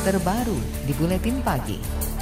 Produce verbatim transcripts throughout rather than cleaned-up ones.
terbaru di Buletin Pagi.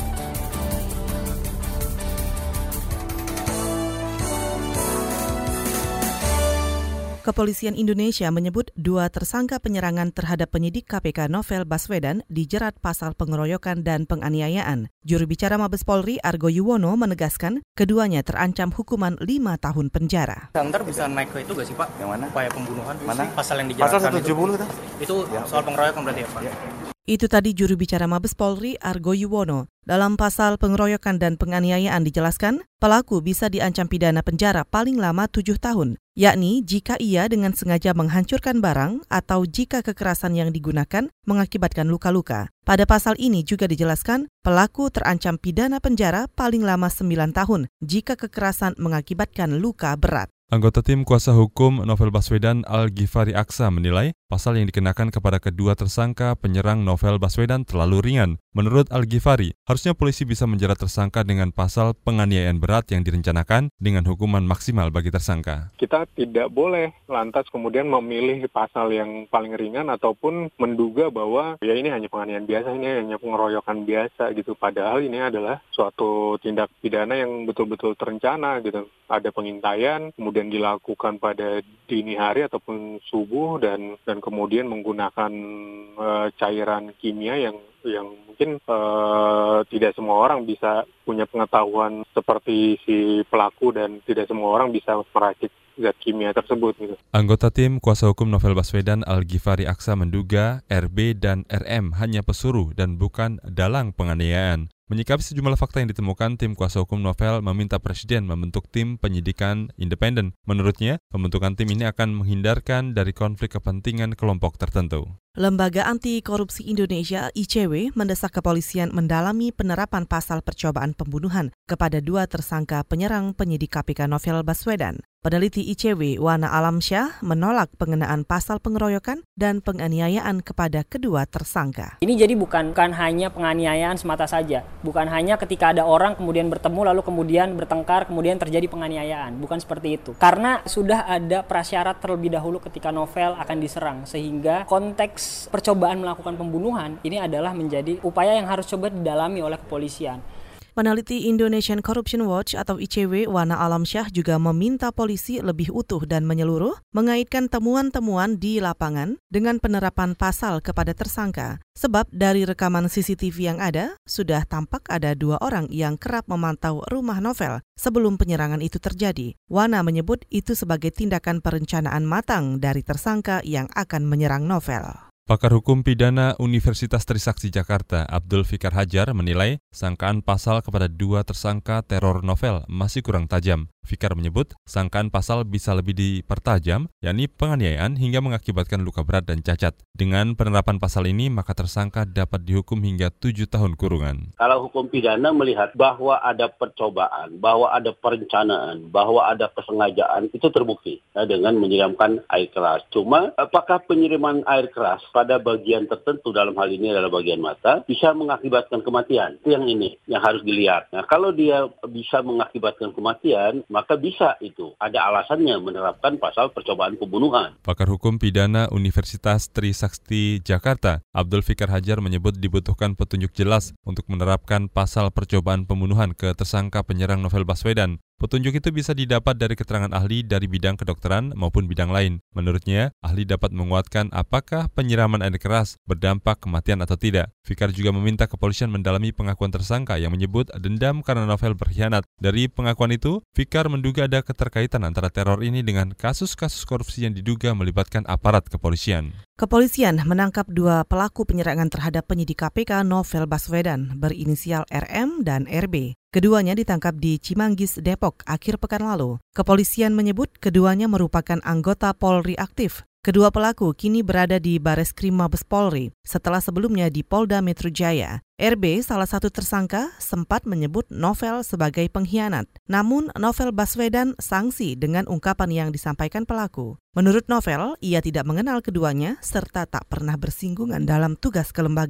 Kepolisian Indonesia menyebut dua tersangka penyerangan terhadap penyidik K P K Novel Baswedan dijerat pasal pengeroyokan dan penganiayaan. Juru bicara Mabes Polri Argo Yuwono menegaskan keduanya terancam hukuman lima tahun penjara. Ntar bisa naik ke itu gak sih Pak? Yang mana? Upaya pembunuhan. Mana? Pasal yang dijeratkan Pasal seratus tujuh puluh itu. Itu, itu ya. Soal pengeroyokan berarti ya Pak? Ya. Itu tadi juru bicara Mabes Polri Argo Yuwono. Dalam pasal pengeroyokan dan penganiayaan dijelaskan, pelaku bisa diancam pidana penjara paling lama tujuh tahun, yakni jika ia dengan sengaja menghancurkan barang atau jika kekerasan yang digunakan mengakibatkan luka-luka. Pada pasal ini juga dijelaskan, pelaku terancam pidana penjara paling lama sembilan tahun jika kekerasan mengakibatkan luka berat. Anggota tim kuasa hukum Novel Baswedan Al-Ghifari Aksa menilai pasal yang dikenakan kepada kedua tersangka penyerang Novel Baswedan terlalu ringan. Menurut Al-Ghifari, harusnya polisi bisa menjerat tersangka dengan pasal penganiayaan berat yang direncanakan dengan hukuman maksimal bagi tersangka. Kita tidak boleh lantas kemudian memilih pasal yang paling ringan ataupun menduga bahwa ya ini hanya penganiayaan biasa, ini hanya pengeroyokan biasa gitu. Padahal ini adalah suatu tindak pidana yang betul-betul terencana gitu. Ada pengintaian, kemudian dilakukan pada dini hari ataupun subuh dan dan kemudian menggunakan e, cairan kimia yang yang mungkin e, tidak semua orang bisa punya pengetahuan seperti si pelaku dan tidak semua orang bisa meracik zat kimia tersebut gitu. Anggota tim kuasa hukum Novel Baswedan Al-Ghifari Aksa menduga R B dan R M hanya pesuruh dan bukan dalang penganiayaan. Menyikapi sejumlah fakta yang ditemukan, tim kuasa hukum Novel meminta Presiden membentuk tim penyidikan independen. Menurutnya, pembentukan tim ini akan menghindarkan dari konflik kepentingan kelompok tertentu. Lembaga Anti Korupsi Indonesia I C W mendesak kepolisian mendalami penerapan pasal percobaan pembunuhan kepada dua tersangka penyerang penyidik K P K Novel Baswedan. Peneliti I C W Wana Alamsyah menolak pengenaan pasal pengeroyokan dan penganiayaan kepada kedua tersangka. Ini jadi bukan, bukan hanya penganiayaan semata saja. Bukan hanya ketika ada orang kemudian bertemu lalu kemudian bertengkar kemudian terjadi penganiayaan. Bukan seperti itu. Karena sudah ada prasyarat terlebih dahulu ketika Novel akan diserang. Sehingga konteks percobaan melakukan pembunuhan ini adalah menjadi upaya yang harus coba didalami oleh kepolisian. Peneliti Indonesian Corruption Watch atau I C W Wana Alamsyah juga meminta polisi lebih utuh dan menyeluruh mengaitkan temuan-temuan di lapangan dengan penerapan pasal kepada tersangka. Sebab dari rekaman C C T V yang ada, sudah tampak ada dua orang yang kerap memantau rumah Novel sebelum penyerangan itu terjadi. Wana menyebut itu sebagai tindakan perencanaan matang dari tersangka yang akan menyerang Novel. Pakar Hukum Pidana Universitas Trisakti Jakarta, Abdul Fikar Hajar, menilai sangkaan pasal kepada dua tersangka teror Novel masih kurang tajam. Fikar menyebut sangkaan pasal bisa lebih dipertajam, yakni penganiayaan hingga mengakibatkan luka berat dan cacat. Dengan penerapan pasal ini, maka tersangka dapat dihukum hingga tujuh tahun kurungan. Kalau hukum pidana melihat bahwa ada percobaan, bahwa ada perencanaan, bahwa ada kesengajaan, itu terbukti ya, dengan menyiramkan air keras. Cuma, apakah penyiraman air keras pada bagian tertentu, dalam hal ini adalah bagian mata, bisa mengakibatkan kematian? Itu yang ini, yang harus dilihat. Nah, kalau dia bisa mengakibatkan kematian, maka bisa itu. Ada alasannya menerapkan pasal percobaan pembunuhan. Pakar Hukum Pidana Universitas Trisakti Jakarta, Abdul Fikar Hajar menyebut dibutuhkan petunjuk jelas untuk menerapkan pasal percobaan pembunuhan ke tersangka penyerang Novel Baswedan. Petunjuk itu bisa didapat dari keterangan ahli dari bidang kedokteran maupun bidang lain. Menurutnya, ahli dapat menguatkan apakah penyiraman air keras berdampak kematian atau tidak. Fikar juga meminta kepolisian mendalami pengakuan tersangka yang menyebut dendam karena Novel berkhianat. Dari pengakuan itu, Fikar menduga ada keterkaitan antara teror ini dengan kasus-kasus korupsi yang diduga melibatkan aparat kepolisian. Kepolisian menangkap dua pelaku penyerangan terhadap penyidik K P K Novel Baswedan berinisial R M dan R B. Keduanya ditangkap di Cimanggis, Depok, akhir pekan lalu. Kepolisian menyebut keduanya merupakan anggota Polri aktif. Kedua pelaku kini berada di Bareskrim Mabes Polri setelah sebelumnya di Polda Metro Jaya. R B, salah satu tersangka, sempat menyebut Novel sebagai pengkhianat. Namun, Novel Baswedan sangsi dengan ungkapan yang disampaikan pelaku. Menurut Novel, ia tidak mengenal keduanya serta tak pernah bersinggungan dalam tugas kelembagaan.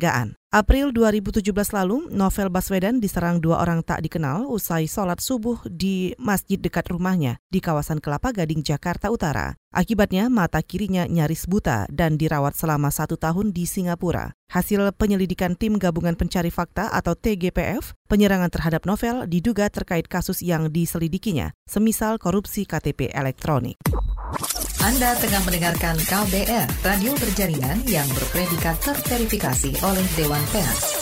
April dua ribu tujuh belas lalu, Novel Baswedan diserang dua orang tak dikenal usai sholat subuh di masjid dekat rumahnya di kawasan Kelapa Gading, Jakarta Utara. Akibatnya mata kirinya nyaris buta dan dirawat selama satu tahun di Singapura. Hasil penyelidikan Tim Gabungan Pencari Fakta atau T G P F, penyerangan terhadap Novel diduga terkait kasus yang diselidikinya, semisal korupsi K T P elektronik. Anda tengah mendengarkan K B R, radio berjaringan yang berpredikat terverifikasi oleh Dewan Pers.